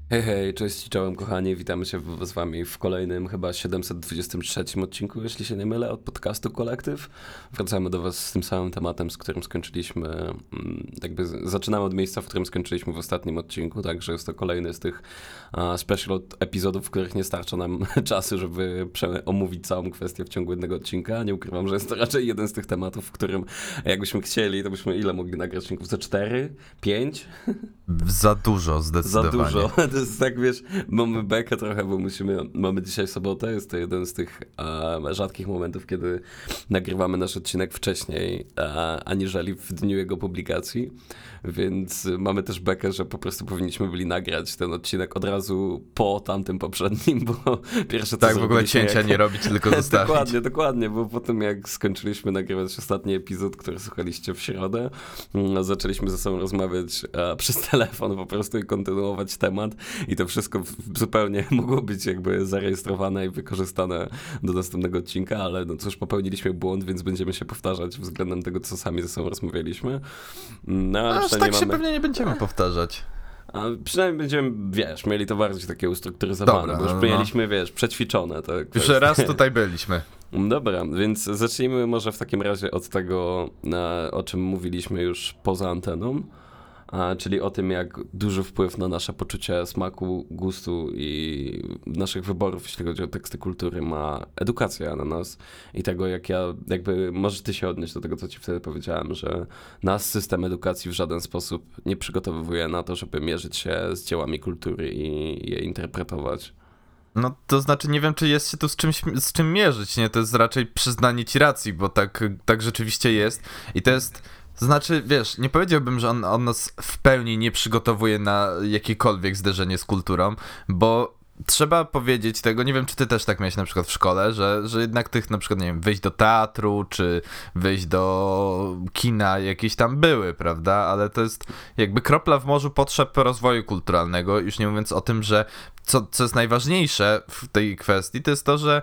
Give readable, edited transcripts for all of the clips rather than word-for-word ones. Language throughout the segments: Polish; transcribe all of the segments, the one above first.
Hej, hej, cześć, czołem kochani, witamy się z wami w kolejnym chyba 723 odcinku, jeśli się nie mylę, od podcastu Kolektyw. Wracamy do was z tym samym tematem, z którym skończyliśmy, zaczynamy od miejsca, w którym skończyliśmy w ostatnim odcinku, także jest to kolejny z tych special epizodów, w których nie starcza nam czasu, żeby omówić całą kwestię w ciągu jednego odcinka. Nie ukrywam, że jest to raczej jeden z tych tematów, w którym jakbyśmy chcieli, to byśmy ile mogli nagrać odcinków? Za 4? 5? Za dużo, Za zdecydowanie. dużo. To jest tak, wiesz, mamy bekę trochę, bo mamy dzisiaj sobotę, jest to jeden z tych rzadkich momentów, kiedy nagrywamy nasz odcinek wcześniej, aniżeli w dniu jego publikacji, więc mamy też bekę, że po prostu powinniśmy byli nagrać ten odcinek od razu po tamtym poprzednim, bo pierwsze co Tak, w ogóle cięcia nie robić, tylko zostawić. Dokładnie, bo potem jak skończyliśmy nagrywać ostatni epizod, który słuchaliście w środę, zaczęliśmy ze sobą rozmawiać przez telefon po prostu i kontynuować temat i to wszystko zupełnie mogło być jakby zarejestrowane i wykorzystane do następnego odcinka, ale no cóż, popełniliśmy błąd, więc będziemy się powtarzać względem tego, co sami ze sobą rozmawialiśmy. No, ale Aż tak się pewnie nie będziemy powtarzać. A przynajmniej będziemy, wiesz, mieli to bardziej takie ustrukturyzowane, Dobra, bo już mieliśmy, wiesz, przećwiczone te kwestie. Już raz tutaj byliśmy. Dobra, więc zacznijmy może w takim razie od tego, o czym mówiliśmy już poza anteną, czyli o tym, jak duży wpływ na nasze poczucie smaku, gustu i naszych wyborów, jeśli chodzi o teksty kultury, ma edukacja na nas i tego, jakby możesz ty się odnieść do tego, co ci wtedy powiedziałem, że nas system edukacji w żaden sposób nie przygotowuje na to, żeby mierzyć się z dziełami kultury i je interpretować. No to znaczy nie wiem, czy jest się tu z czym mierzyć, nie? To jest raczej przyznanie ci racji, bo tak rzeczywiście jest i to jest... Znaczy, wiesz, nie powiedziałbym, że on nas w pełni nie przygotowuje na jakiekolwiek zderzenie z kulturą, bo trzeba powiedzieć tego, nie wiem, czy ty też tak miałeś na przykład w szkole, że jednak tych na przykład, nie wiem, wyjść do teatru, czy wyjść do kina jakieś tam były, prawda, ale to jest jakby kropla w morzu potrzeb rozwoju kulturalnego, już nie mówiąc o tym, że co jest najważniejsze w tej kwestii, to jest to, że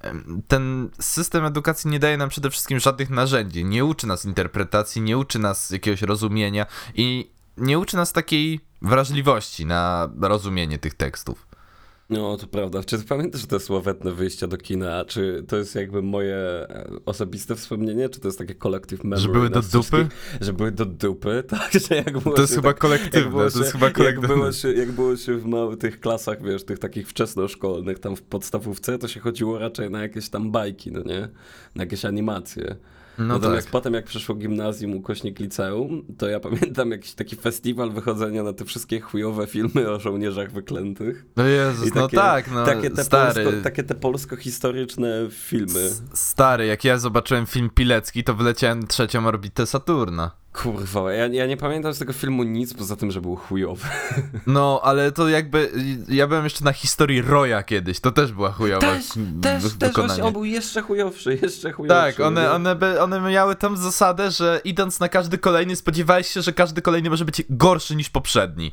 ten system edukacji nie daje nam przede wszystkim żadnych narzędzi, nie uczy nas interpretacji, nie uczy nas jakiegoś rozumienia i nie uczy nas takiej wrażliwości na rozumienie tych tekstów. No, to prawda. Czy ty pamiętasz te sławetne wyjścia do kina? Czy to jest jakby moje osobiste wspomnienie, czy to jest takie collective memory? Że były do dupy? Że były do dupy, tak? Że jak było To jest się chyba tak, kolektywne, to jest chyba kolektywne. Jak było się w tych klasach, wiesz, tych takich wczesnoszkolnych, tam w podstawówce, to się chodziło raczej na jakieś tam bajki, no nie? Na jakieś animacje. No Natomiast tak. potem jak przeszło gimnazjum, ukośnik liceum, to ja pamiętam jakiś taki festiwal wychodzenia na te wszystkie chujowe filmy o żołnierzach wyklętych. No Jezus, I no tak, no stary. Takie te polsko-historyczne filmy. Stary, jak ja zobaczyłem film Pilecki, to wyleciałem na trzecią orbitę Saturna. Kurwa, ja nie pamiętam z tego filmu nic, poza tym, że był chujowy. No, ale to jakby, ja byłem jeszcze na historii Roya kiedyś, to też była chujowa Też właśnie, on był jeszcze chujowszy. Tak, one miały tam zasadę, że idąc na każdy kolejny, spodziewałeś się, że każdy kolejny może być gorszy niż poprzedni.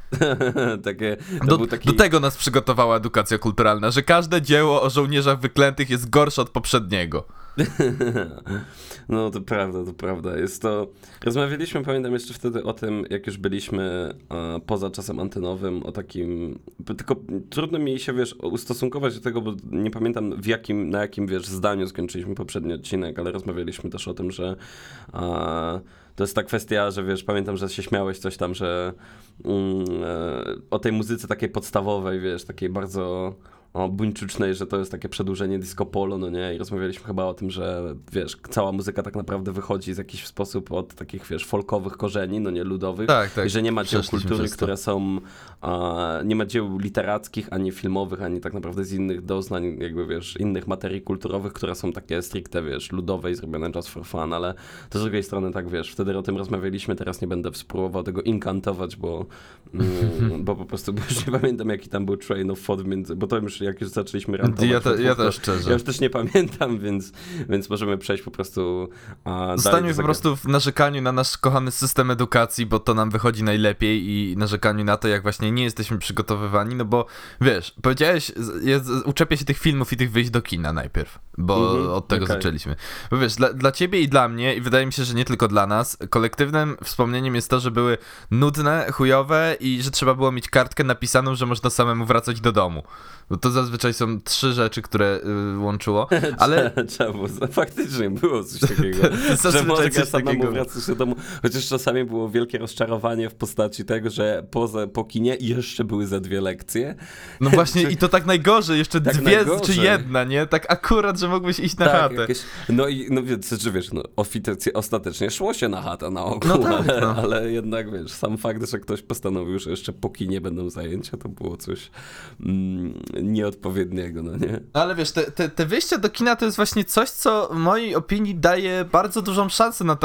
Do tego nas przygotowała edukacja kulturalna, że każde dzieło o żołnierzach wyklętych jest gorsze od poprzedniego. No to prawda. Jest to... Rozmawialiśmy, pamiętam jeszcze wtedy o tym, jak już byliśmy poza czasem antenowym, o takim... Tylko trudno mi się, wiesz, ustosunkować do tego, bo nie pamiętam na jakim, wiesz, zdaniu skończyliśmy poprzedni odcinek, ale rozmawialiśmy też o tym, że to jest ta kwestia, że wiesz, pamiętam, że się śmiałeś coś tam, że o tej muzyce takiej podstawowej, wiesz, takiej bardzo buńczucznej, że to jest takie przedłużenie disco polo, no nie? I rozmawialiśmy chyba o tym, że wiesz, cała muzyka tak naprawdę wychodzi w jakiś sposób od takich, wiesz, folkowych korzeni, no nie ludowych. Tak. I że nie ma dzieł kultury, które są, nie ma dzieł literackich, ani filmowych, ani tak naprawdę z innych doznań, jakby wiesz, innych materii kulturowych, które są takie stricte, wiesz, ludowe i zrobione just for fun, ale to z drugiej strony tak, wiesz, wtedy o tym rozmawialiśmy, teraz nie będę spróbował tego inkantować, bo po prostu już nie pamiętam, jaki tam był train of thought bo to już jak już zaczęliśmy rantować. Ja też szczerze. Ja już też nie pamiętam, więc możemy przejść po prostu zostańmy po prostu w narzekaniu na nasz kochany system edukacji, bo to nam wychodzi najlepiej i narzekaniu na to, jak właśnie nie jesteśmy przygotowywani, no bo wiesz, powiedziałeś, uczepię się tych filmów i tych wyjść do kina najpierw. bo od tego zaczęliśmy. Bo wiesz, dla ciebie i dla mnie, i wydaje mi się, że nie tylko dla nas, kolektywnym wspomnieniem jest to, że były nudne, chujowe i że trzeba było mieć kartkę napisaną, że można samemu wracać do domu. Bo to zazwyczaj są 3 rzeczy, które łączyło, ale... Czemu? Faktycznie było coś takiego, że można samemu wracać do domu, chociaż czasami było wielkie rozczarowanie w postaci tego, że po kinie jeszcze były ze 2 lekcje. No właśnie i to tak najgorzej, jeszcze tak 2 czy 1, nie? Tak akurat, że mógłbyś iść na chatę. Jakieś, no więc, że wiesz, ostatecznie szło się na chatę na ogół, ale jednak wiesz, sam fakt, że ktoś postanowił, że jeszcze po kinie będą zajęcia, to było coś nieodpowiedniego, no nie? Ale wiesz, te wyjścia do kina to jest właśnie coś, co w mojej opinii daje bardzo dużą szansę na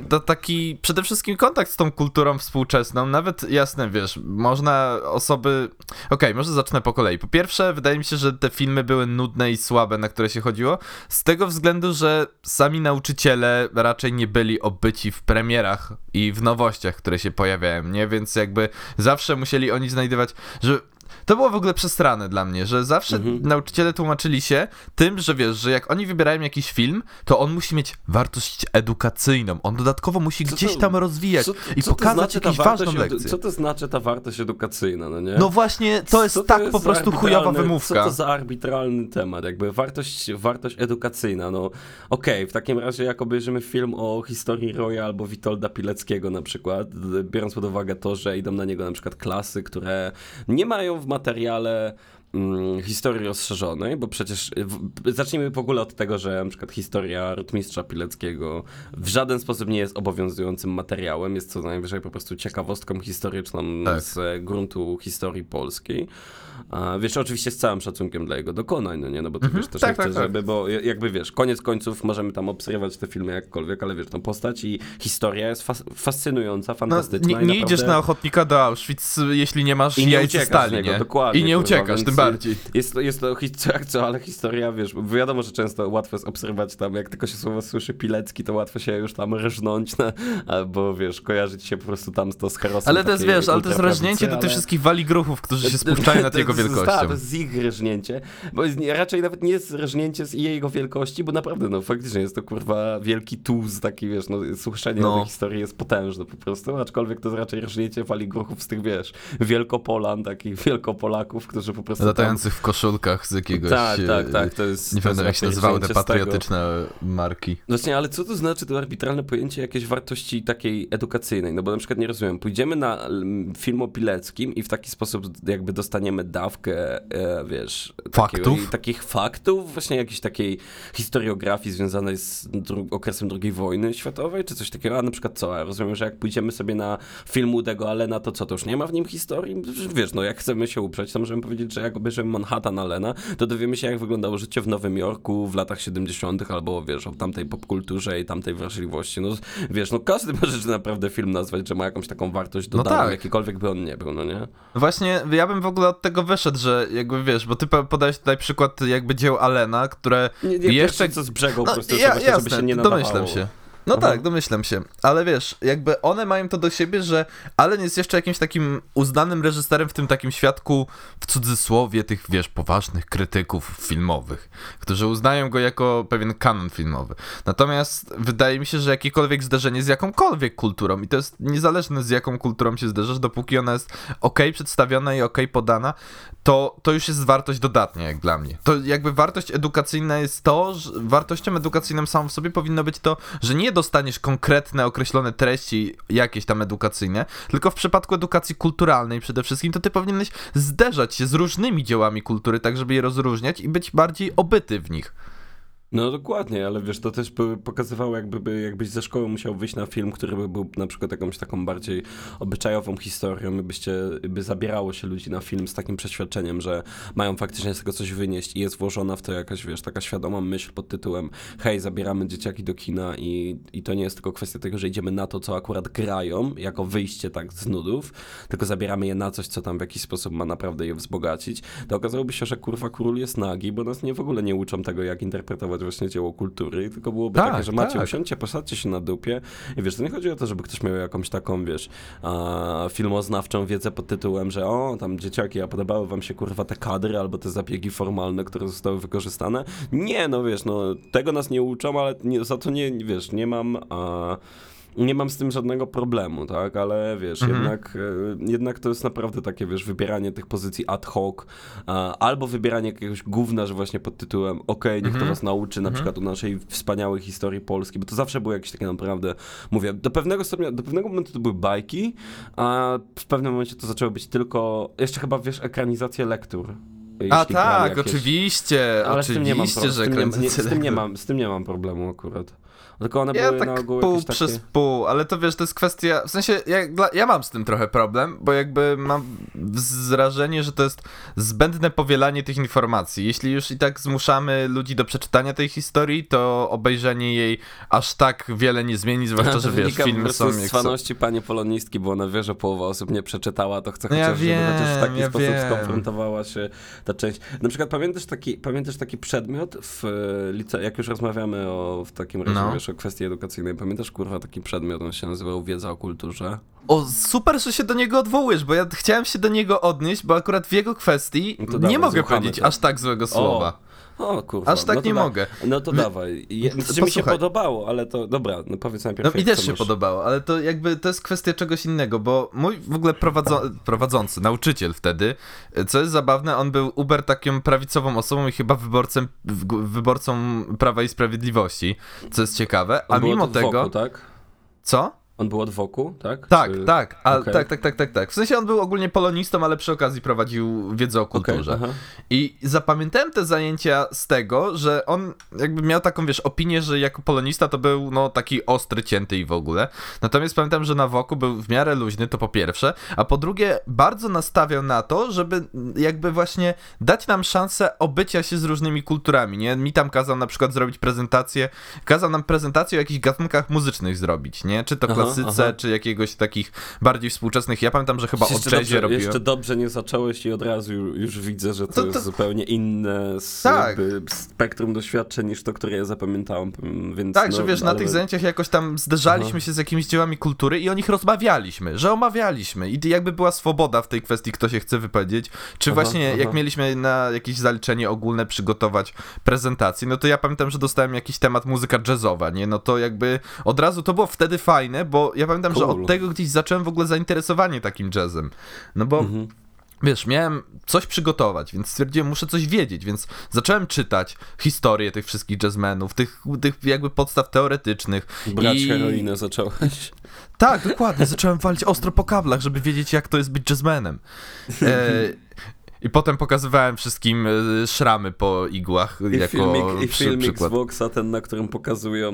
taki przede wszystkim kontakt z tą kulturą współczesną. Nawet, jasne, wiesz, można osoby... Okej, może zacznę po kolei. Po pierwsze, wydaje mi się, że te filmy były nudne i słabe, na które się chodziło, z tego względu, że sami nauczyciele raczej nie byli obyci w premierach i w nowościach, które się pojawiają, nie? Więc jakby zawsze musieli oni znajdywać, że... To było w ogóle przesrane dla mnie, że zawsze nauczyciele tłumaczyli się tym, że wiesz, że jak oni wybierają jakiś film, to on musi mieć wartość edukacyjną. On dodatkowo musi gdzieś tam rozwijać i pokazać jakąś ważną lekcję. Co to znaczy ta wartość edukacyjna, no nie? No właśnie, to jest tak po prostu chujowa wymówka. Co to za arbitralny temat, jakby wartość edukacyjna, no okej, w takim razie jak obejrzymy film o historii Roya albo Witolda Pileckiego na przykład, biorąc pod uwagę to, że idą na niego na przykład klasy, które nie mają w materiale historii rozszerzonej, bo przecież zacznijmy w ogóle od tego, że na przykład historia rotmistrza Pileckiego w żaden sposób nie jest obowiązującym materiałem, jest co najwyżej po prostu ciekawostką historyczną z gruntu historii polskiej. Wiesz, oczywiście z całym szacunkiem dla jego dokonań, no nie, no bo to wiesz, też żeby, bo jakby wiesz, koniec końców możemy tam obserwować te filmy jakkolwiek, ale wiesz, no postać i historia jest fascynująca, fantastyczna. No, nie naprawdę... idziesz na ochotnika do Auschwitz, jeśli nie masz jajce stali, nie? Dokładnie. I nie uciekasz, tym bardziej. Jest to ale historia, wiesz, wiadomo, że często łatwo jest obserwować tam, jak tylko się słowo słyszy Pilecki, to łatwo się już tam rżnąć, albo wiesz, kojarzyć się po prostu tam z herosem. Ale to jest, wiesz, ale to jest rżnięcie do tych wszystkich waligruchów, którzy się spuszczają nad jego wielkością. To jest ich rżnięcie, bo raczej nawet nie jest rżnięcie z jego wielkości, bo naprawdę, no faktycznie jest to kurwa wielki tłuz, taki wiesz, no słuchanie tej historii jest potężne po prostu, aczkolwiek to jest raczej rżnięcie waligruchów z tych, wiesz, Wielkopolan, takich Wielkopolaków, którzy po prostu latających w koszulkach z jakiegoś... Tak, to jest... Nie pamiętam, jak się nazywały te patriotyczne marki. Właśnie, ale co to znaczy to arbitralne pojęcie jakiejś wartości takiej edukacyjnej? No bo na przykład nie rozumiem, pójdziemy na film o Pileckim i w taki sposób jakby dostaniemy dawkę, wiesz... Takich faktów, właśnie jakiejś takiej historiografii związanej z okresem II wojny światowej, czy coś takiego, a na przykład co? Ja rozumiem, że jak pójdziemy sobie na film Woodego Allena, to co, to już nie ma w nim historii? Wiesz, no jak chcemy się uprzeć, to możemy powiedzieć, że jak obejrzymy Manhattan Allena, to dowiemy się, jak wyglądało życie w Nowym Jorku w latach 70., albo wiesz, o tamtej popkulturze i tamtej wrażliwości. No wiesz, no każdy może naprawdę film nazwać, że ma jakąś taką wartość dodaną, jakikolwiek by on nie był, no nie? Właśnie, ja bym w ogóle od tego wyszedł, że jakby wiesz, bo ty podałeś tutaj przykład jakby dzieł Allena, które nie jeszcze... co z brzegu po prostu, żeby się nie nadawało. Domyślam się. No tak, domyślam się. Ale wiesz, jakby one mają to do siebie, że Allen jest jeszcze jakimś takim uznanym reżyserem w tym takim świadku, w cudzysłowie, tych, wiesz, poważnych krytyków filmowych, którzy uznają go jako pewien kanon filmowy. Natomiast wydaje mi się, że jakiekolwiek zderzenie z jakąkolwiek kulturą, i to jest niezależne z jaką kulturą się zderzasz, dopóki ona jest okej przedstawiona i okej podana, to już jest wartość dodatnia, jak dla mnie. To jakby wartość edukacyjna jest to, że wartością edukacyjną samą w sobie powinno być to, że nie dostaniesz konkretne, określone treści jakieś tam edukacyjne, tylko w przypadku edukacji kulturalnej przede wszystkim, to ty powinieneś zderzać się z różnymi dziełami kultury, tak żeby je rozróżniać i być bardziej obyty w nich. No dokładnie, ale wiesz, to też pokazywało jakbyś ze szkoły musiał wyjść na film, który by był na przykład jakąś taką bardziej obyczajową historią i by zabierało się ludzi na film z takim przeświadczeniem, że mają faktycznie z tego coś wynieść i jest włożona w to jakaś, wiesz, taka świadoma myśl pod tytułem hej, zabieramy dzieciaki do kina i to nie jest tylko kwestia tego, że idziemy na to, co akurat grają, jako wyjście tak z nudów, tylko zabieramy je na coś, co tam w jakiś sposób ma naprawdę je wzbogacić, to okazałoby się, że kurwa król jest nagi, bo nas w ogóle nie uczą tego, jak interpretować prezentować właśnie dzieło kultury, tylko byłoby takie, że macie, usiądźcie, posadźcie się na dupie i wiesz, to nie chodzi o to, żeby ktoś miał jakąś taką, wiesz, filmoznawczą wiedzę pod tytułem, że tam dzieciaki, a podobały wam się kurwa te kadry albo te zabiegi formalne, które zostały wykorzystane. Nie, no wiesz, no tego nas nie uczą, ale za to nie, wiesz, nie mam z tym żadnego problemu, tak, ale wiesz, jednak to jest naprawdę takie, wiesz, wybieranie tych pozycji ad hoc, albo wybieranie jakiegoś gówna, że właśnie pod tytułem niech to was nauczy na przykład o naszej wspaniałej historii Polski, bo to zawsze było jakieś takie naprawdę, mówię, do pewnego momentu to były bajki, a w pewnym momencie to zaczęło być tylko, jeszcze chyba, wiesz, ekranizacje lektur. Oczywiście, ale oczywiście, że z tym nie mam problemu akurat. Tylko one ja były tak na ogół pół jakieś takie... przez pół, ale to wiesz, to jest kwestia, w sensie ja mam z tym trochę problem, bo jakby mam wrażenie, że to jest zbędne powielanie tych informacji. Jeśli już i tak zmuszamy ludzi do przeczytania tej historii, to obejrzenie jej aż tak wiele nie zmieni, zwłaszcza, że wiesz, filmy są jak z cwaności pani polonistki, bo ona wie, że połowa osób nie przeczytała, to chce chociaż, żeby chociaż w taki sposób skonfrontowała się ta część. Na przykład pamiętasz taki przedmiot w liceum, jak już rozmawiamy w takim razie, wiesz, o kwestii edukacyjnej. Pamiętasz, kurwa, taki przedmiot, on się nazywał Wiedza o kulturze? O, super, że się do niego odwołujesz, bo ja chciałem się do niego odnieść, bo akurat w jego kwestii nie mogę powiedzieć aż tak złego słowa. O kurwa. Aż tak nie mogę. No to dawaj. Mi się podobało, ale to dobra, no powiedz najpierw. No mi też się podobało, ale to jakby to jest kwestia czegoś innego, bo mój w ogóle prowadzący, nauczyciel wtedy, co jest zabawne, on był uber taką prawicową osobą i chyba wyborcą Prawa i Sprawiedliwości, co jest ciekawe, a mimo tego... Wokół, tak? Co? On był od wokół, tak? Tak. W sensie on był ogólnie polonistą, ale przy okazji prowadził wiedzę o kulturze. I zapamiętałem te zajęcia z tego, że on jakby miał taką, wiesz, opinię, że jako polonista to był, no, taki ostry, cięty i w ogóle. Natomiast pamiętam, że na wokół był w miarę luźny, to po pierwsze, a po drugie bardzo nastawiał na to, żeby jakby właśnie dać nam szansę obycia się z różnymi kulturami, nie? Mi tam kazał na przykład zrobić kazał nam prezentację o jakichś gatunkach muzycznych zrobić, nie? Czy to klasyce, czy jakiegoś takich bardziej współczesnych. Ja pamiętam, że chyba o jazzie robiłem. Jeszcze dobrze nie zacząłeś i od razu już widzę, że to jest zupełnie inne spektrum doświadczeń niż to, które ja zapamiętałem. Więc tak, że wiesz, na tych zajęciach jakoś tam zderzaliśmy się z jakimiś dziełami kultury i o nich rozmawialiśmy, że omawialiśmy i jakby była swoboda w tej kwestii, kto się chce wypowiedzieć, czy właśnie jak mieliśmy na jakieś zaliczenie ogólne przygotować prezentację, no to ja pamiętam, że dostałem jakiś temat muzyka jazzowa, nie? No to jakby od razu to było wtedy fajne, bo ja pamiętam, że od tego gdzieś zacząłem w ogóle zainteresowanie takim jazzem. No bo wiesz, miałem coś przygotować, więc stwierdziłem, muszę coś wiedzieć, więc zacząłem czytać historię tych wszystkich jazzmenów, tych jakby podstaw teoretycznych. Brać heroinę zacząłeś. Tak, dokładnie, zacząłem walić ostro po kablach, żeby wiedzieć, jak to jest być jazzmenem. I potem pokazywałem wszystkim szramy po igłach filmik z Voxa, ten, na którym pokazują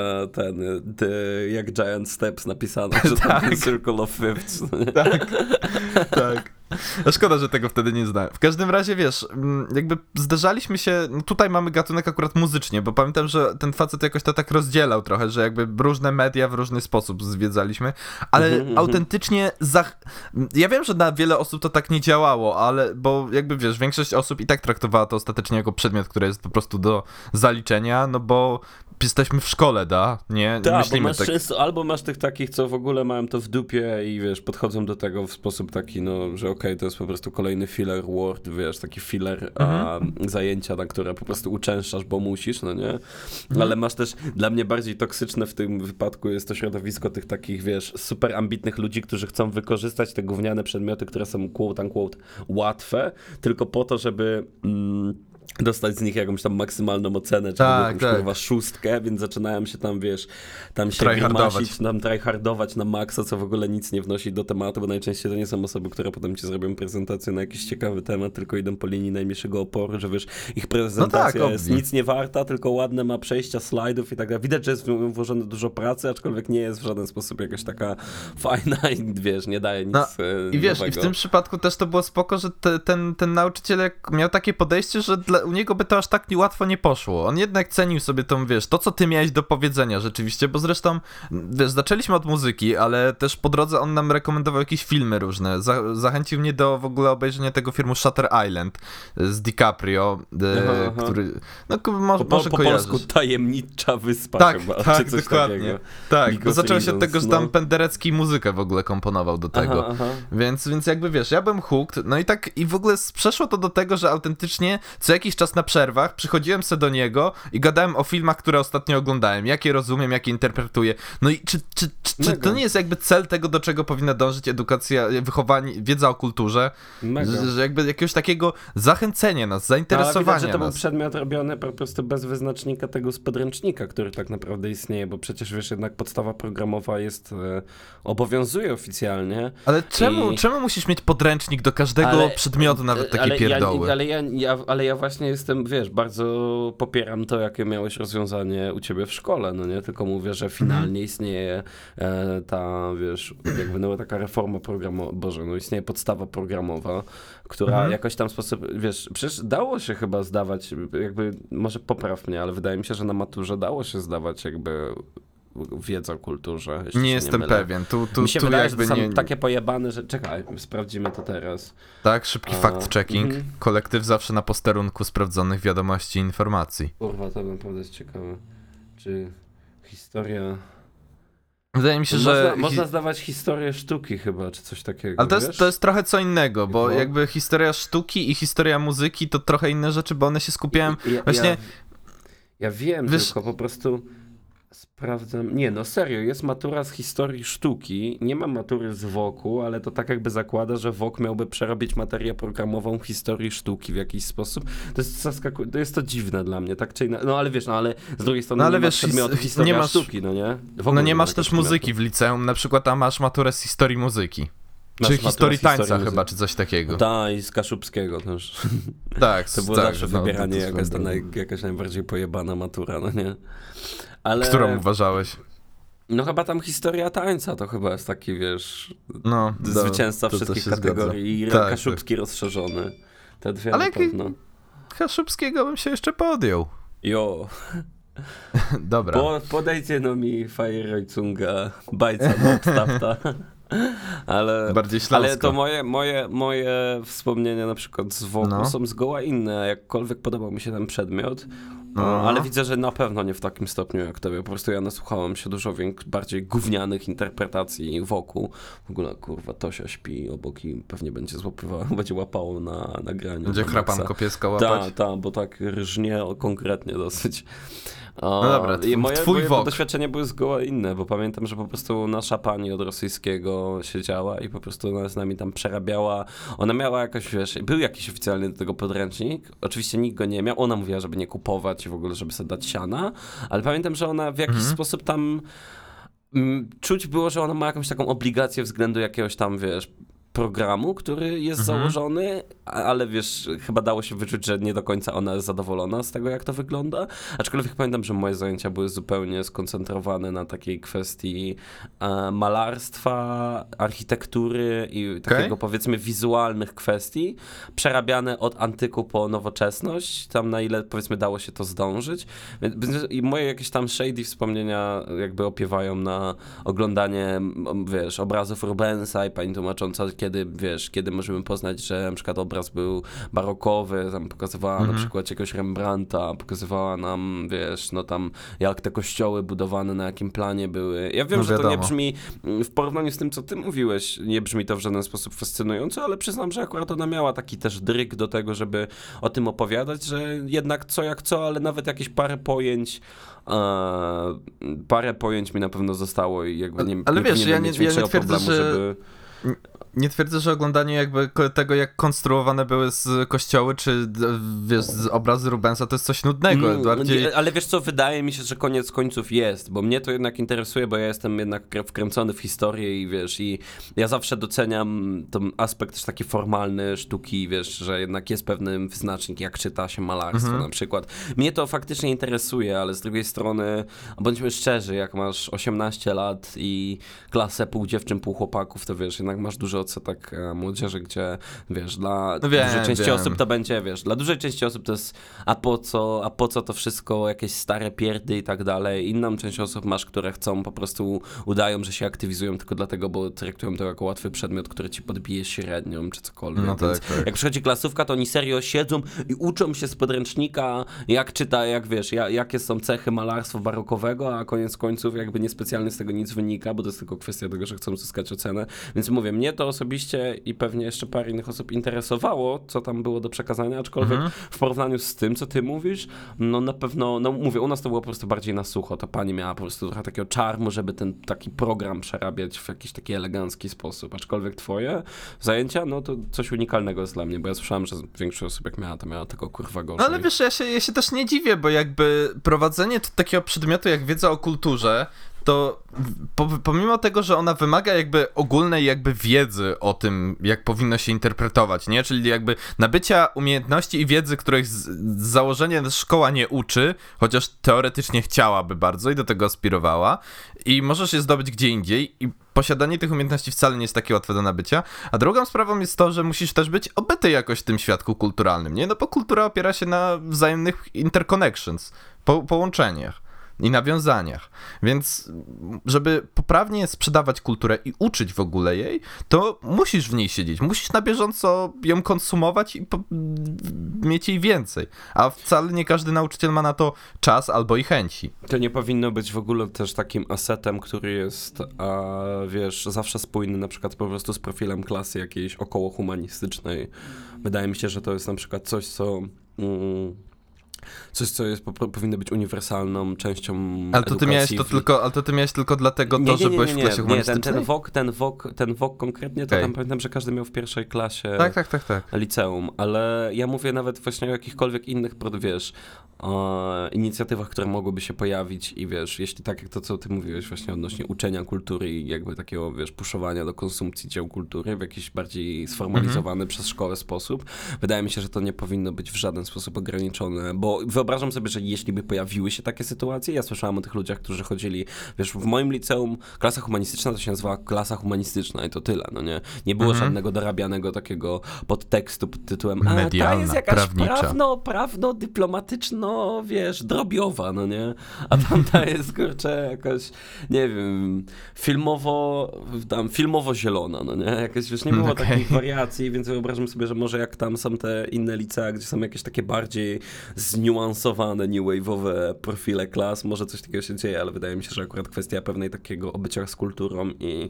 jak Giant Steps napisane, że tam jest Circle of Fifths. Tak. No szkoda, że tego wtedy nie znałem. W każdym razie, wiesz, jakby zderzaliśmy się, no tutaj mamy gatunek akurat muzycznie, bo pamiętam, że ten facet jakoś to tak rozdzielał trochę, że jakby różne media w różny sposób zwiedzaliśmy, ale autentycznie ja wiem, że na wiele osób to tak nie działało, ale bo jakby wiesz, większość osób i tak traktowała to ostatecznie jako przedmiot, który jest po prostu do zaliczenia, no bo jesteśmy w szkole, nie? Tak, myślimy tak. Albo masz tych takich, co w ogóle mają to w dupie i wiesz, podchodzą do tego w sposób taki, no, że okej, to jest po prostu kolejny filler word, wiesz, taki filler zajęcia, na które po prostu uczęszczasz, bo musisz, no nie? Ale masz też, dla mnie bardziej toksyczne w tym wypadku jest to środowisko tych takich, wiesz, super ambitnych ludzi, którzy chcą wykorzystać te gówniane przedmioty, które są quote unquote łatwe, tylko po to, żeby dostać z nich jakąś tam maksymalną ocenę, czy jakąś kurwa szóstkę, więc zaczynałem się tam, wiesz, tam się grimasić, tam tryhardować na maksa, co w ogóle nic nie wnosi do tematu, bo najczęściej to nie są osoby, które potem ci zrobią prezentację na jakiś ciekawy temat, tylko idą po linii najmniejszego oporu, że wiesz, ich prezentacja jest nic nie warta, tylko ładne ma przejścia slajdów i tak dalej. Widać, że jest włożone dużo pracy, aczkolwiek nie jest w żaden sposób jakaś taka fajna i wiesz, nie daje nic i wiesz, nowego. I w tym przypadku też to było spoko, że ten nauczyciel miał takie podejście, że u niego by to aż tak łatwo nie poszło. On jednak cenił sobie tą, wiesz, to co ty miałeś do powiedzenia rzeczywiście, bo zresztą, wiesz, zaczęliśmy od muzyki, ale też po drodze on nam rekomendował jakieś filmy różne. Zachęcił mnie do w ogóle obejrzenia tego filmu Shutter Island z DiCaprio, który, no może po kojarzysz. polsku Tajemnicza Wyspa Tak, chyba, tak, czy coś dokładnie. takiego. Tak, bo zaczęło się od tego, że tam no. Penderecki muzykę w ogóle komponował do tego. Więc jakby wiesz, ja bym hooked, no i tak i w ogóle przeszło to do tego, że autentycznie co jakiś czas na przerwach przychodziłem se do niego i gadałem o filmach, które ostatnio oglądałem, jakie rozumiem, jakie interpretuję. No i czy to nie jest jakby cel tego, do czego powinna dążyć edukacja, wychowanie, wiedza o kulturze? Że jakby jakiegoś takiego zachęcenia nas, zainteresowania widać, że to był nas. przedmiot robiony po prostu bez wyznacznika tego z podręcznika, który tak naprawdę istnieje, bo przecież wiesz, jednak podstawa programowa obowiązuje oficjalnie. Ale czemu musisz mieć podręcznik do każdego przedmiotu, nawet takie pierdoły? Ale ja właśnie jestem, wiesz, bardzo popieram to, jakie miałeś rozwiązanie u ciebie w szkole, no nie? Tylko mówię, że finalnie istnieje ta, wiesz, jakby no, taka reforma programowa, no istnieje podstawa programowa, która jakoś tam sposób, wiesz, przecież dało się chyba zdawać, jakby, może popraw mnie, ale wydaje mi się, że na maturze dało się zdawać jakby wiedzę o kulturze. Nie jestem pewien. Mi się tu wydaje, jakby że to są nie... takie pojebane, że... Czekaj, sprawdzimy to teraz. Tak, szybki fact-checking. Kolektyw zawsze na posterunku sprawdzonych wiadomości i informacji. Kurwa, to naprawdę jest ciekawe. Czy historia... Wydaje mi się, że... Można zdawać historię sztuki chyba, czy coś takiego, ale to jest trochę co innego, bo jakby historia sztuki i historia muzyki to trochę inne rzeczy, bo one się skupiają... Właśnie... Ja wiem, tylko po prostu... Sprawdzam. Nie, no serio, jest matura z historii sztuki, nie ma matury z WOK-u, ale to tak jakby zakłada, że WOK miałby przerobić materię programową w historii sztuki w jakiś sposób. To jest to dziwne dla mnie, tak czy inaczej. No ale wiesz, ale z drugiej strony nie masz przedmiotu historia sztuki, no nie? No nie masz też muzyki w liceum, na przykład tam masz maturę z historii muzyki. Czy historii tańca chyba, czy coś takiego. Tak, i z Kaszubskiego też. Tak, to było zawsze wybieranie jakaś najbardziej pojebana matura, no nie? Ale... Którą uważałeś? No chyba tam historia tańca to chyba jest taki, wiesz, zwycięzca to wszystkich kategorii i Kaszubski rozszerzony. Te dwie ale na pewno. Kaszubskiego bym się jeszcze podjął. Jo. Dobra. Podejdzie no mi Fajerojcunga, bajca podstawta. Bardziej śląsko. Ale to moje wspomnienia na przykład z WOK-u są zgoła inne, jakkolwiek podobał mi się ten przedmiot. Ale widzę, że na pewno nie w takim stopniu jak tobie. Po prostu ja nasłuchałem się dużo bardziej gównianych interpretacji wokół. W ogóle, kurwa, Tosia śpi obok i pewnie będzie będzie łapało na nagraniu. Będzie chrapanko pieska łapać? Tak, bo tak rżnie konkretnie dosyć. No dobra, moje WOK. doświadczenia były zgoła inne, bo pamiętam, że po prostu nasza pani od rosyjskiego siedziała i po prostu ona z nami tam przerabiała. Ona miała jakoś, wiesz, był jakiś oficjalny do tego podręcznik, oczywiście nikt go nie miał, ona mówiła, żeby nie kupować i w ogóle, żeby sobie dać siana, ale pamiętam, że ona w jakiś sposób tam czuć było, że ona ma jakąś taką obligację względu jakiegoś tam, wiesz, programu, który jest założony, ale wiesz, chyba dało się wyczuć, że nie do końca ona jest zadowolona z tego, jak to wygląda. Aczkolwiek pamiętam, że moje zajęcia były zupełnie skoncentrowane na takiej kwestii malarstwa, architektury i takiego powiedzmy wizualnych kwestii, przerabiane od antyku po nowoczesność, tam na ile powiedzmy dało się to zdążyć. I moje jakieś tam shady wspomnienia jakby opiewają na oglądanie, wiesz, obrazów Rubensa i pani tłumacząca, kiedy możemy poznać, że na przykład obraz był barokowy, tam pokazywała na przykład jakiegoś Rembrandta, pokazywała nam, wiesz, no tam jak te kościoły budowane, na jakim planie były. Ja wiem, że to nie brzmi, w porównaniu z tym, co ty mówiłeś, nie brzmi to w żaden sposób fascynująco, ale przyznam, że akurat ona miała taki też dryg do tego, żeby o tym opowiadać, że jednak co jak co, ale nawet jakieś parę pojęć mi na pewno zostało i jakby nie ale wiesz, ja nie twierdzę, problemu, żeby... Nie twierdzę, że oglądanie jakby tego, jak konstruowane były z kościoły, czy wiesz, z obrazy Rubensa, to jest coś nudnego. Bardziej... Ale wiesz co, wydaje mi się, że koniec końców jest, bo mnie to jednak interesuje, bo ja jestem jednak wkręcony w historię i wiesz, i ja zawsze doceniam ten aspekt też taki formalny sztuki, wiesz, że jednak jest pewny wyznacznik, jak czyta się malarstwo na przykład. Mnie to faktycznie interesuje, ale z drugiej strony, bądźmy szczerzy, jak masz 18 lat i klasę pół dziewczyn, pół chłopaków, to wiesz, jednak masz dużo TikToce tak młodzieży, gdzie wiesz, dla No dużej części wiem. osób to będzie, wiesz, dla dużej części osób to jest a po co to wszystko, jakieś stare pierdy i tak dalej. Inną część osób masz, które chcą, po prostu udają, że się aktywizują tylko dlatego, bo traktują to jako łatwy przedmiot, który ci podbije średnią czy cokolwiek. No Więc tak. jak przychodzi klasówka, to oni serio siedzą i uczą się z podręcznika, jak czyta, jak wiesz, jakie są cechy malarstwa barokowego, a koniec końców jakby niespecjalnie z tego nic wynika, bo to jest tylko kwestia tego, że chcą uzyskać ocenę. Więc mówię, mnie to osobiście i pewnie jeszcze parę innych osób interesowało, co tam było do przekazania, aczkolwiek w porównaniu z tym, co ty mówisz, no na pewno, no mówię, u nas to było po prostu bardziej na sucho. Ta pani miała po prostu trochę takiego czarmu, żeby ten taki program przerabiać w jakiś taki elegancki sposób. Aczkolwiek twoje zajęcia, no to coś unikalnego jest dla mnie, bo ja słyszałem, że większość osób jak miała, to miała tylko kurwa gorzej. No ale wiesz, ja się też nie dziwię, bo jakby prowadzenie takiego przedmiotu jak wiedza o kulturze, to pomimo tego, że ona wymaga jakby ogólnej jakby wiedzy o tym, jak powinno się interpretować, nie? Czyli jakby nabycia umiejętności i wiedzy, których z założenia szkoła nie uczy, chociaż teoretycznie chciałaby bardzo i do tego aspirowała i możesz je zdobyć gdzie indziej i posiadanie tych umiejętności wcale nie jest takie łatwe do nabycia, a drugą sprawą jest to, że musisz też być obyty jakoś w tym świadku kulturalnym, nie? No bo kultura opiera się na wzajemnych interconnections, połączeniach i nawiązaniach. Więc żeby poprawnie sprzedawać kulturę i uczyć w ogóle jej, to musisz w niej siedzieć, musisz na bieżąco ją konsumować i mieć jej więcej. A wcale nie każdy nauczyciel ma na to czas albo i chęci. To nie powinno być w ogóle też takim asetem, który jest, wiesz, zawsze spójny na przykład po prostu z profilem klasy jakiejś okołohumanistycznej. Wydaje mi się, że to jest na przykład coś, co jest, powinno być uniwersalną częścią ale to edukacji. ty miałeś tylko dlatego że byłeś w klasie humanistycznej? Ten WOK konkretnie, to tam pamiętam, że każdy miał w pierwszej klasie Tak. liceum, ale ja mówię nawet właśnie o jakichkolwiek innych, wiesz, inicjatywach, które mogłyby się pojawić i wiesz, jeśli tak jak to, co ty mówiłeś właśnie odnośnie uczenia kultury i jakby takiego, wiesz, puszowania do konsumpcji dzieł kultury w jakiś bardziej sformalizowany przez szkołę sposób, wydaje mi się, że to nie powinno być w żaden sposób ograniczone, bo wyobrażam sobie, że jeśli by pojawiły się takie sytuacje, ja słyszałem o tych ludziach, którzy chodzili, wiesz, w moim liceum klasa humanistyczna to się nazywała klasa humanistyczna i to tyle, no nie? Nie było żadnego dorabianego takiego podtekstu pod tytułem medialna, ta jest jakaś prawnicza. prawno-dyplomatyczno, wiesz, drobiowa, no nie? A tamta jest, kurczę, jakaś, nie wiem, filmowo-zielona, no nie? Jakaś, wiesz, nie było takich wariacji, więc wyobrażam sobie, że może jak tam są te inne licea, gdzie są jakieś takie bardziej zniuansowane, new wave'owe profile klas, może coś takiego się dzieje, ale wydaje mi się, że akurat kwestia pewnej takiego obycia z kulturą i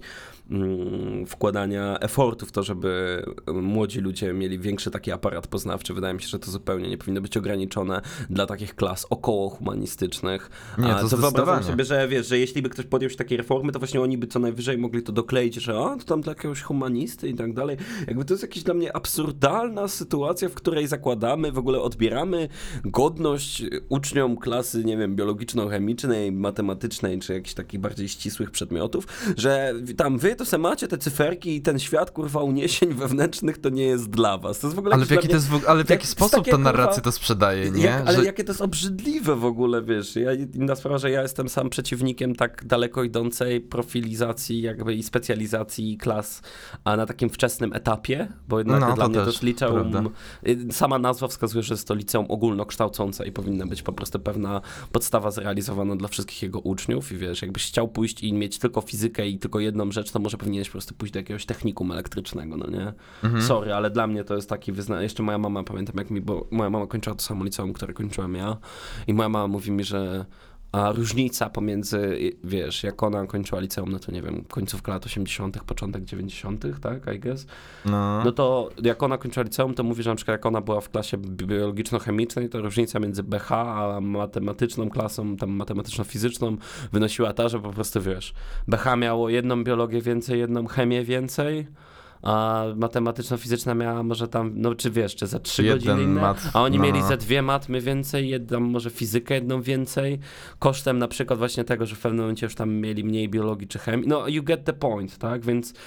wkładania efortu w to, żeby młodzi ludzie mieli większy taki aparat poznawczy, wydaje mi się, że to zupełnie nie powinno być ograniczone dla takich klas około humanistycznych. Nie, to wyobrażam sobie, że wiesz, że jeśli by ktoś podjął się takiej reformy, to właśnie oni by co najwyżej mogli to dokleić, że to tam dla jakiegoś humanisty i tak dalej. Jakby to jest jakaś dla mnie absurdalna sytuacja, w której zakładamy, w ogóle odbieramy godność uczniom klasy, nie wiem, biologiczno-chemicznej, matematycznej, czy jakichś takich bardziej ścisłych przedmiotów, że tam wy to se macie te cyferki i ten świat, kurwa, uniesień wewnętrznych to nie jest dla was. To jest w ogóle ale w jaki sposób ta narracja to sprzedaje, nie? Ale jakie to jest obrzydliwe w ogóle, wiesz. Inna sprawa, że ja jestem sam przeciwnikiem tak daleko idącej profilizacji jakby i specjalizacji klas, a na takim wczesnym etapie, bo jednak dla mnie to jest liceum, prawda. Sama nazwa wskazuje, że jest to liceum ogólnokształcące i powinna być po prostu pewna podstawa zrealizowana dla wszystkich jego uczniów i wiesz, jakbyś chciał pójść i mieć tylko fizykę i tylko jedną rzecz, to może powinieneś po prostu pójść do jakiegoś technikum elektrycznego, no nie? Sorry, ale dla mnie to jest taki jeszcze moja mama, pamiętam bo moja mama kończyła to samo liceum, które kończyłem ja i moja mama mówi mi, że różnica pomiędzy, wiesz, jak ona kończyła liceum, no to nie wiem, końcówka lat 80., początek 90., tak, I guess? No to jak ona kończyła liceum, to mówi, że na przykład jak ona była w klasie biologiczno-chemicznej, to różnica między BH a matematyczną klasą, tam matematyczno-fizyczną wynosiła ta, że po prostu, wiesz, BH miało jedną biologię więcej, jedną chemię więcej, a matematyczno-fizyczna miała może tam, no czy wiesz, czy za 3 godziny inne, a oni mieli za 2 matmy więcej, jedną może fizykę jedną więcej, kosztem na przykład właśnie tego, że w pewnym momencie już tam mieli mniej biologii czy chemii, no you get the point, tak,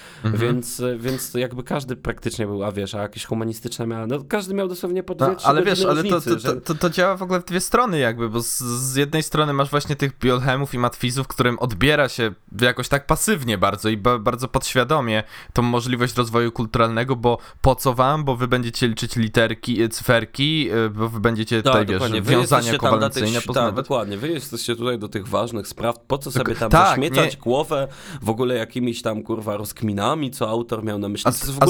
więc jakby każdy praktycznie był, a wiesz, a jakieś humanistyczne miała, no każdy miał dosłownie po 2-3 ale wiesz, ale różnicy, to działa w ogóle w dwie strony jakby, bo z jednej strony masz właśnie tych biochemów i matfizów, którym odbiera się jakoś tak pasywnie bardzo i bardzo podświadomie tą możliwość rozwoju rozwoju kulturalnego, bo po co wam, bo wy będziecie liczyć literki, cyferki, bo wy będziecie tutaj, wiesz, wiązania kowalencyjne poznawać. Tak, dokładnie, wy jesteście tutaj do tych ważnych spraw, po co sobie tam tak, zaśmiecać głowę w ogóle jakimiś tam, kurwa, rozkminami, co autor miał na myśli. A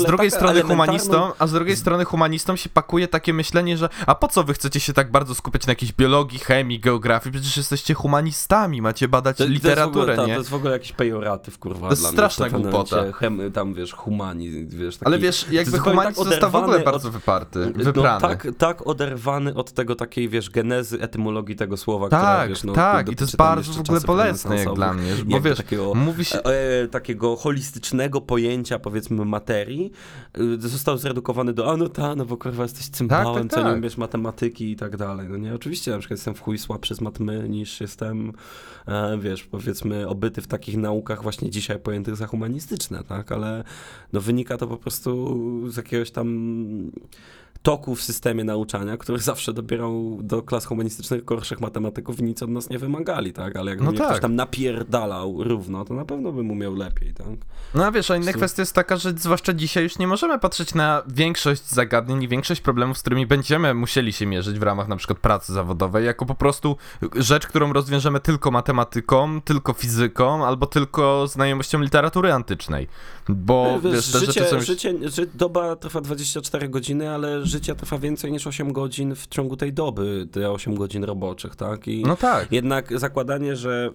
z drugiej strony humanistom się pakuje takie myślenie, że a po co wy chcecie się tak bardzo skupiać na jakiejś biologii, chemii, geografii, przecież jesteście humanistami, macie badać literaturę, nie? To jest w ogóle jakiś pejoratyw, kurwa, to jest straszna głupota. Tam, wiesz, humanizm, wiesz, taki... Ale wiesz, jakby humanizm tak został w ogóle bardzo wyprany. Tak oderwany od tego takiej, wiesz, genezy, etymologii tego słowa, tak, która, wiesz, tak, i to jest bardzo w ogóle bolesne jak dla mnie, bo wiesz, mówi się... takiego holistycznego pojęcia, powiedzmy, materii, został zredukowany do, no bo kurwa jesteś cymbałem, co nie umiesz matematyki i tak dalej, no nie? Oczywiście na przykład jestem w chuj słabszy z matmy niż jestem, wiesz, powiedzmy, obyty w takich naukach właśnie dzisiaj pojętych za humanistyczne, tak? Ale no wynika to po prostu z jakiegoś tam toku w systemie nauczania, który zawsze dobierał do klas humanistycznych gorszych matematyków i nic od nas nie wymagali, tak? Ale jakby ktoś tam napierdalał równo, to na pewno bym umiał lepiej, tak? No a wiesz, a inna kwestia jest taka, że zwłaszcza dzisiaj już nie możemy patrzeć na większość zagadnień i większość problemów, z którymi będziemy musieli się mierzyć w ramach na przykład pracy zawodowej, jako po prostu rzecz, którą rozwiążemy tylko matematyką, tylko fizyką, albo tylko znajomością literatury antycznej. Bo wiesz, te rzeczy są doba trwa 24 godziny, ale życie trwa więcej niż 8 godzin w ciągu tej doby, te 8 godzin roboczych, tak? I jednak zakładanie, że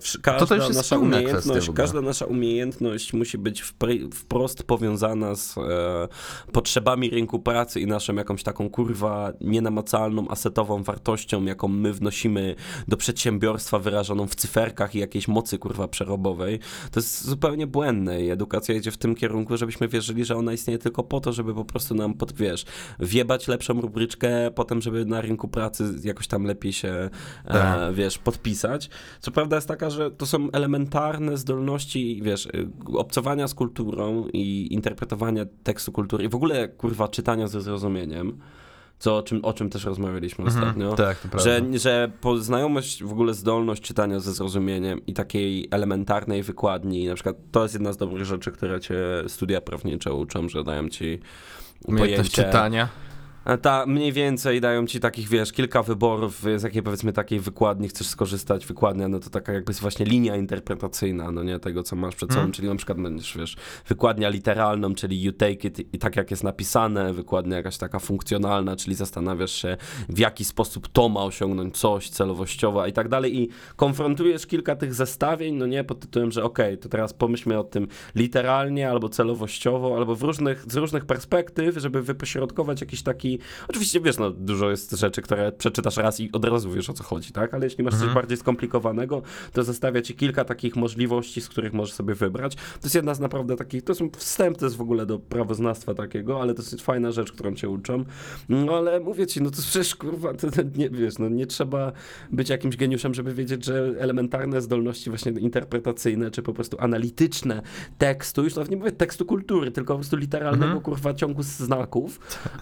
każda nasza umiejętność musi być wprost powiązana z potrzebami rynku pracy i naszą jakąś taką, kurwa, nienamacalną, asetową wartością, jaką my wnosimy do przedsiębiorstwa wyrażoną w cyferkach i jakiejś mocy, kurwa, przerobowej, to jest zupełnie błędne i edukacja idzie w tym kierunku, żebyśmy wierzyli, że ona istnieje tylko po to, żeby po prostu nam, wjebać lepszą rubryczkę, potem, żeby na rynku pracy jakoś tam lepiej się, podpisać. Co prawda jest taka, że to są elementarne zdolności, obcowania z kulturą i interpretowania tekstu kultury i w ogóle, kurwa, czytania ze zrozumieniem. O czym też rozmawialiśmy ostatnio, tak, to prawda. Że znajomość, w ogóle zdolność czytania ze zrozumieniem i takiej elementarnej wykładni, na przykład to jest jedna z dobrych rzeczy, które cię studia prawnicze uczą, że dają ci umiejętność czytania. Mniej więcej dają ci takich, kilka wyborów, z jakiej, powiedzmy, takiej wykładni chcesz skorzystać. Wykładnia, no to taka jakby właśnie linia interpretacyjna, no nie, tego, co masz przed sobą, czyli na przykład będziesz, wykładnia literalną, czyli you take it i tak jak jest napisane, wykładnia jakaś taka funkcjonalna, czyli zastanawiasz się, w jaki sposób to ma osiągnąć coś celowościowo i tak dalej i konfrontujesz kilka tych zestawień, no nie, pod tytułem, że okej, to teraz pomyślmy o tym literalnie, albo celowościowo, albo z różnych perspektyw, żeby wypośrodkować jakiś taki. Oczywiście, dużo jest rzeczy, które przeczytasz raz i od razu wiesz, o co chodzi, tak? Ale jeśli masz coś bardziej skomplikowanego, to zostawia ci kilka takich możliwości, z których możesz sobie wybrać. To jest jedna z naprawdę takich, to są wstęp też w ogóle do prawoznawstwa takiego, ale to jest fajna rzecz, którą cię uczą. No ale mówię ci, to przecież, kurwa, nie trzeba być jakimś geniuszem, żeby wiedzieć, że elementarne zdolności właśnie interpretacyjne, czy po prostu analityczne tekstu, już nawet nie mówię tekstu kultury, tylko po prostu literalnego, kurwa, ciągu znaków,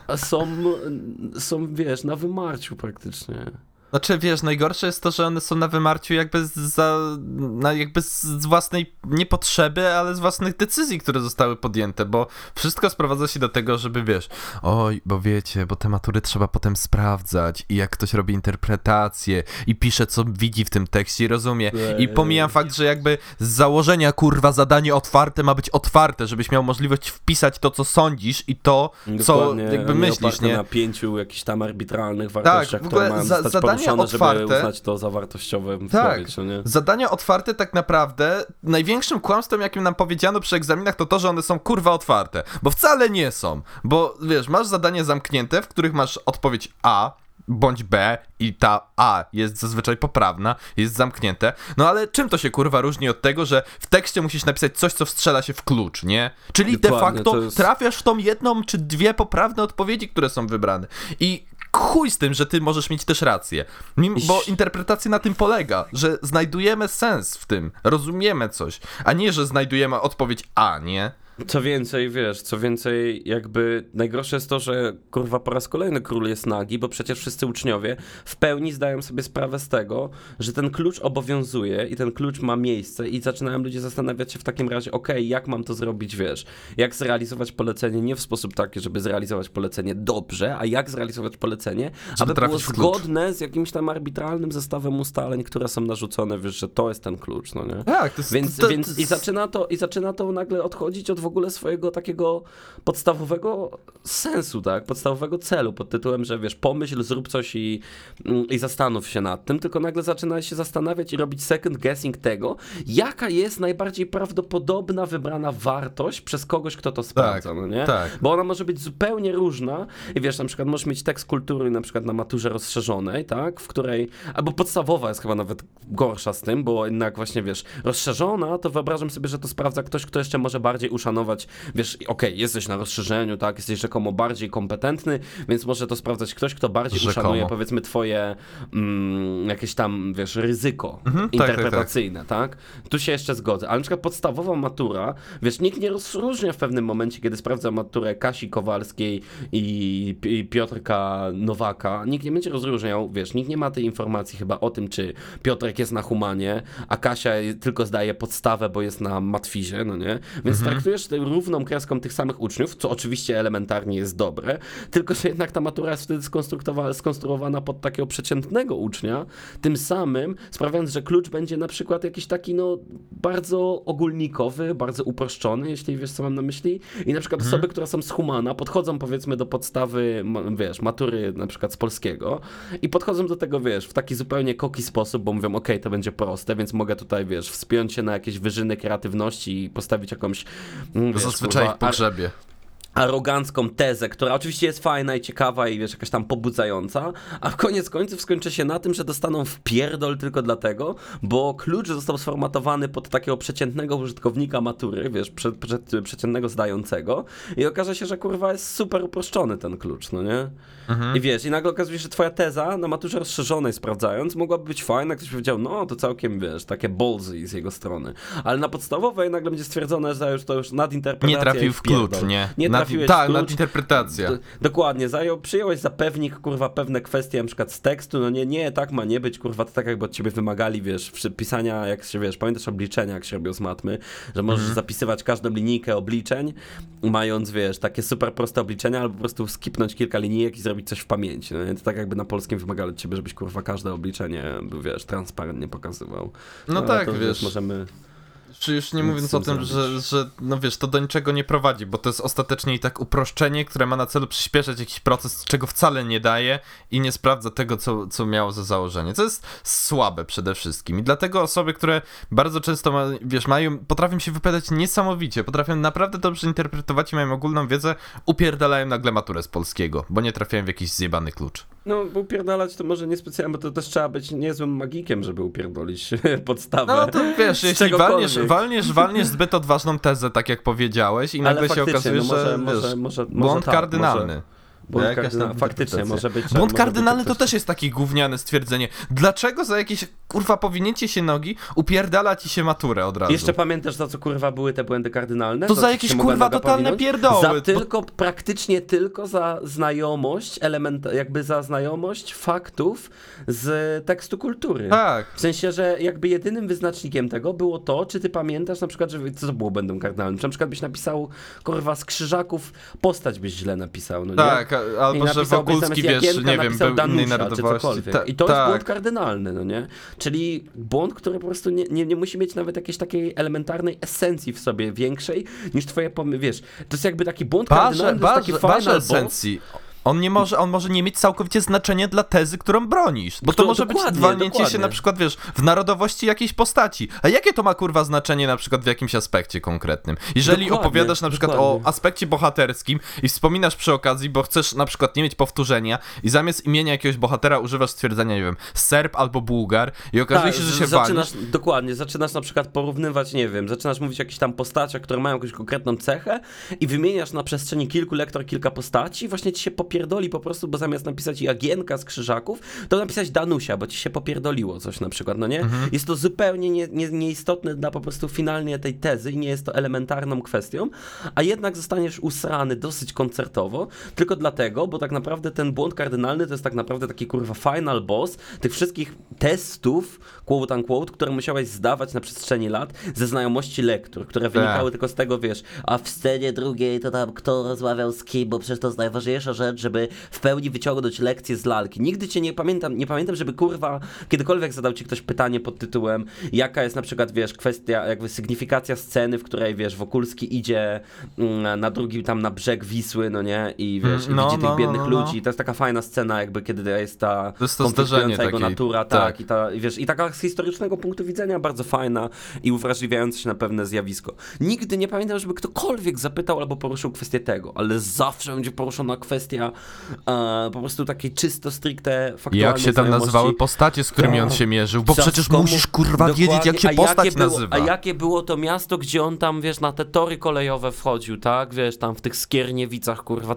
są, na wymarciu praktycznie. Znaczy, najgorsze jest to, że one są na wymarciu jakby z własnej niepotrzeby, ale z własnych decyzji, które zostały podjęte, bo wszystko sprowadza się do tego, żeby bo te matury trzeba potem sprawdzać i jak ktoś robi interpretację i pisze, co widzi w tym tekście i rozumie. I pomijam fakt, że jakby z założenia, kurwa, zadanie otwarte ma być otwarte, żebyś miał możliwość wpisać to, co sądzisz i to, co jakby myślisz, nie? Na 5 jakichś tam arbitralnych wartościach, które mają zostać poruszone, żeby uznać to za wartościowe. Zadania otwarte tak naprawdę, największym kłamstwem, jakim nam powiedziano przy egzaminach, to, że one są, kurwa, otwarte. Bo wcale nie są. Bo, masz zadania zamknięte, w których masz odpowiedź A bądź B i ta A jest zazwyczaj poprawna, jest zamknięte. No ale czym to się, kurwa, różni od tego, że w tekście musisz napisać coś, co wstrzela się w klucz, nie? Czyli dokładnie, de facto trafiasz w tą jedną czy dwie poprawne odpowiedzi, które są wybrane. I chuj z tym, że ty możesz mieć też rację. Bo interpretacja na tym polega, że znajdujemy sens w tym, rozumiemy coś, a nie, że znajdujemy odpowiedź A, nie? Co więcej, wiesz, jakby najgorsze jest to, że kurwa po raz kolejny król jest nagi, bo przecież wszyscy uczniowie w pełni zdają sobie sprawę z tego, że ten klucz obowiązuje i ten klucz ma miejsce i zaczynają ludzie zastanawiać się w takim razie, okej, jak mam to zrobić, wiesz, jak zrealizować polecenie nie w sposób taki, żeby zrealizować polecenie dobrze, a jak zrealizować polecenie, Żeby aby było trafić w klucz. zgodne z jakimś tam arbitralnym zestawem ustaleń, które są narzucone, wiesz, że to jest ten klucz, no nie? Tak, to jest... Więc i zaczyna to nagle odchodzić od w ogóle swojego takiego podstawowego sensu, tak? Podstawowego celu pod tytułem, że wiesz, pomyśl, zrób coś i zastanów się nad tym, tylko nagle zaczyna się zastanawiać i robić second guessing tego, jaka jest najbardziej prawdopodobna wybrana wartość przez kogoś, kto to sprawdza, no nie? Tak. Bo ona może być zupełnie różna i wiesz, na przykład możesz mieć tekst kultury na przykład na maturze rozszerzonej, tak? W której, albo podstawowa jest chyba nawet gorsza z tym, bo jednak właśnie, wiesz, rozszerzona, to wyobrażam sobie, że to sprawdza ktoś, kto jeszcze może bardziej uszanować, wiesz, okej, jesteś na rozszerzeniu, tak, jesteś rzekomo bardziej kompetentny, więc może to sprawdzać ktoś, kto bardziej uszanuje, powiedzmy, twoje jakieś tam, wiesz, ryzyko interpretacyjne, tak? Tu się jeszcze zgodzę, ale na przykład podstawowa matura, wiesz, nikt nie rozróżnia w pewnym momencie, kiedy sprawdza maturę Kasi Kowalskiej i Piotrka Nowaka, nikt nie będzie rozróżniał, wiesz, nikt nie ma tej informacji chyba o tym, czy Piotrek jest na humanie, a Kasia tylko zdaje podstawę, bo jest na matwizie, no nie? Więc traktujesz równą kreską tych samych uczniów, co oczywiście elementarnie jest dobre, tylko że jednak ta matura jest wtedy skonstruowana pod takiego przeciętnego ucznia, tym samym sprawiając, że klucz będzie na przykład jakiś taki, no, bardzo ogólnikowy, bardzo uproszczony, jeśli wiesz, co mam na myśli. I na przykład osoby, które są z humana, podchodzą, powiedzmy, do podstawy, wiesz, matury na przykład z polskiego i podchodzą do tego, wiesz, w taki zupełnie koki sposób, bo mówią, okej, to będzie proste, więc mogę tutaj, wiesz, wspiąć się na jakieś wyżyny kreatywności i postawić jakąś, wiesz, zazwyczaj w pogrzebie. Arogancką tezę, która oczywiście jest fajna i ciekawa i wiesz, jakaś tam pobudzająca, a w koniec końców skończy się na tym, że dostaną wpierdol tylko dlatego, bo klucz został sformatowany pod takiego przeciętnego użytkownika matury, wiesz, przeciętnego zdającego i okaże się, że kurwa jest super uproszczony ten klucz, no nie? I wiesz, i nagle okazuje się, że twoja teza na maturze rozszerzonej sprawdzając mogłaby być fajna, ktoś powiedział, no to całkiem, wiesz, takie ballsy z jego strony, ale na podstawowej nagle będzie stwierdzone, że to już nadinterpretacja. Nie trafił w klucz, nie trafiłeś tak, w klucz. Nadinterpretacja. Dokładnie, przyjąłeś za pewnik, kurwa, pewne kwestie na przykład z tekstu, no nie, tak ma nie być, kurwa, to tak jakby od ciebie wymagali, wiesz, pisania, jak się, wiesz, pamiętasz obliczenia, jak się robiło z matmy, że możesz zapisywać każdą linijkę obliczeń, mając, wiesz, takie super proste obliczenia, albo po prostu skipnąć kilka linijek i zrobić coś w pamięci, no nie? To tak jakby na polskim wymagali od ciebie, żebyś, kurwa, każde obliczenie, wiesz, transparentnie pokazywał. No tak, to, wiesz, możemy... Czy już nie mówiąc o tym, że no wiesz, to do niczego nie prowadzi, bo to jest ostatecznie i tak uproszczenie, które ma na celu przyspieszać jakiś proces, czego wcale nie daje i nie sprawdza tego, co miało za założenie. To jest słabe przede wszystkim i dlatego osoby, które bardzo często, potrafią się wypowiadać niesamowicie, potrafią naprawdę dobrze interpretować i mają ogólną wiedzę, upierdalają nagle maturę z polskiego, bo nie trafiają w jakiś zjebany klucz. No, bo upierdalać to może niespecjalnie, bo to też trzeba być niezłym magikiem, żeby upierdolić podstawę. No to wiesz, jeśli walniesz zbyt odważną tezę, tak jak powiedziałeś, i nagle się okazuje, że błąd kardynalny. Faktycznie może być. Błąd kardynalny to też jest takie gówniane stwierdzenie. Dlaczego za jakieś, kurwa, powinięcie się nogi upierdala ci się maturę od razu? Jeszcze pamiętasz, za co, kurwa, były te błędy kardynalne? To za jakieś, kurwa, totalne pierdoły. Praktycznie tylko za znajomość, jakby za znajomość faktów z tekstu kultury. Tak. W sensie, że jakby jedynym wyznacznikiem tego było to, czy ty pamiętasz na przykład, że co było błędem kardynalnym? Czy na przykład byś napisał, kurwa, z Krzyżaków postać byś źle napisał, no nie? Tak, albo że Wokulski, wiesz, nie wiem, był Danusia, innej narodowości. I to jest błąd kardynalny, no nie? Czyli błąd, który po prostu nie musi mieć nawet jakiejś takiej elementarnej esencji w sobie większej niż twoje wiesz, to jest jakby taki błąd kardynalny, to jest taki final esencji. On może nie mieć całkowicie znaczenia dla tezy, którą bronisz. Bo to może być walnięcie się na przykład, wiesz, w narodowości jakiejś postaci. A jakie to ma, kurwa, znaczenie na przykład w jakimś aspekcie konkretnym? Jeżeli opowiadasz na przykład o aspekcie bohaterskim i wspominasz przy okazji, bo chcesz na przykład nie mieć powtórzenia i zamiast imienia jakiegoś bohatera używasz stwierdzenia, nie wiem, Serb albo Bułgar i okazuje się, że się walniesz. Dokładnie, zaczynasz na przykład porównywać, nie wiem, zaczynasz mówić o jakichś tam postaciach, które mają jakąś konkretną cechę i wymieniasz na przestrzeni kilku lektor kilka postaci i właśnie ci się popierdoli po prostu, bo zamiast napisać Jagienka z Krzyżaków, to napisać Danusia, bo ci się popierdoliło coś na przykład, no nie? Jest to zupełnie nieistotne dla po prostu finalnie tej tezy i nie jest to elementarną kwestią, a jednak zostaniesz usrany dosyć koncertowo, tylko dlatego, bo tak naprawdę ten błąd kardynalny to jest tak naprawdę taki kurwa final boss tych wszystkich testów, quote unquote, które musiałeś zdawać na przestrzeni lat ze znajomości lektur, które wynikały tylko z tego, wiesz, a w scenie drugiej to tam kto rozmawiał z kim, bo przecież to jest najważniejsza rzecz, żeby w pełni wyciągnąć lekcję z lalki. Nigdy cię nie pamiętam, żeby kurwa kiedykolwiek zadał ci ktoś pytanie pod tytułem, jaka jest na przykład, wiesz, kwestia, jakby sygnifikacja sceny, w której, wiesz, Wokulski idzie na drugi tam na brzeg Wisły, no nie, i wiesz, i widzi tych biednych ludzi. To jest taka fajna scena, jakby kiedy jest ta konfliktująca jego natura, tak, i wiesz, i taka z historycznego punktu widzenia bardzo fajna i uwrażliwiająca się na pewne zjawisko. Nigdy nie pamiętam, żeby ktokolwiek zapytał albo poruszył kwestię tego, ale zawsze będzie poruszona kwestia po prostu takiej czysto stricte faktualnej jak się tam nazywały postacie, z którymi on się mierzył, bo przecież musisz kurwa wiedzieć, jak się postać nazywa. A jakie było to miasto, gdzie on tam, wiesz, na te tory kolejowe wchodził, tak, wiesz, tam w tych Skierniewicach, kurwa,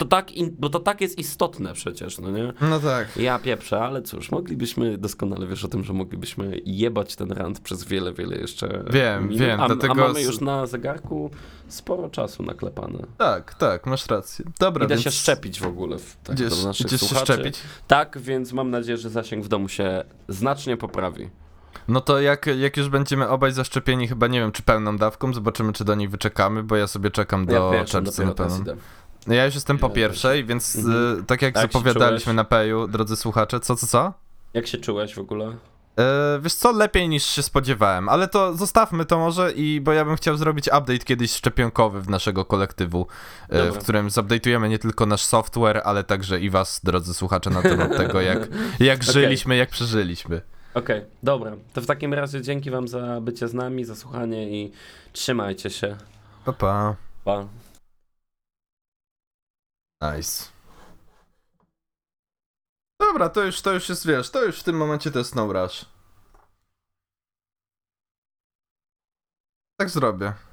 bo to tak jest istotne przecież, no nie? No tak. Ja pieprzę, ale cóż, moglibyśmy doskonale, wiesz o tym, że moglibyśmy jebać ten rant przez wiele jeszcze Wiem, a mamy już na zegarku sporo czasu naklepane. Tak, masz rację. Dobra, Idę się szczepić w ogóle do naszych idziesz słuchaczy. się szczepić? Tak, więc mam nadzieję, że zasięg w domu się znacznie poprawi. No to jak już będziemy obaj zaszczepieni, chyba nie wiem, czy pełną dawką, zobaczymy, czy do niej wyczekamy, bo ja sobie czekam do czerwca na pełną. Ja już jestem po pierwszej, więc tak jak zapowiadaliśmy na Peju, drodzy słuchacze, co? Jak się czułeś w ogóle? Wiesz co, lepiej niż się spodziewałem, ale to zostawmy to może, bo ja bym chciał zrobić update kiedyś szczepionkowy w naszego kolektywu, w którym zupdate'ujemy nie tylko nasz software, ale także i was, drodzy słuchacze, na temat tego, jak żyliśmy, jak przeżyliśmy. Okej, dobra. To w takim razie dzięki wam za bycie z nami, za słuchanie i trzymajcie się. Pa. Pa. Nice. Dobra, to już jest, wiesz, to już w tym momencie to jest no rush. Tak zrobię.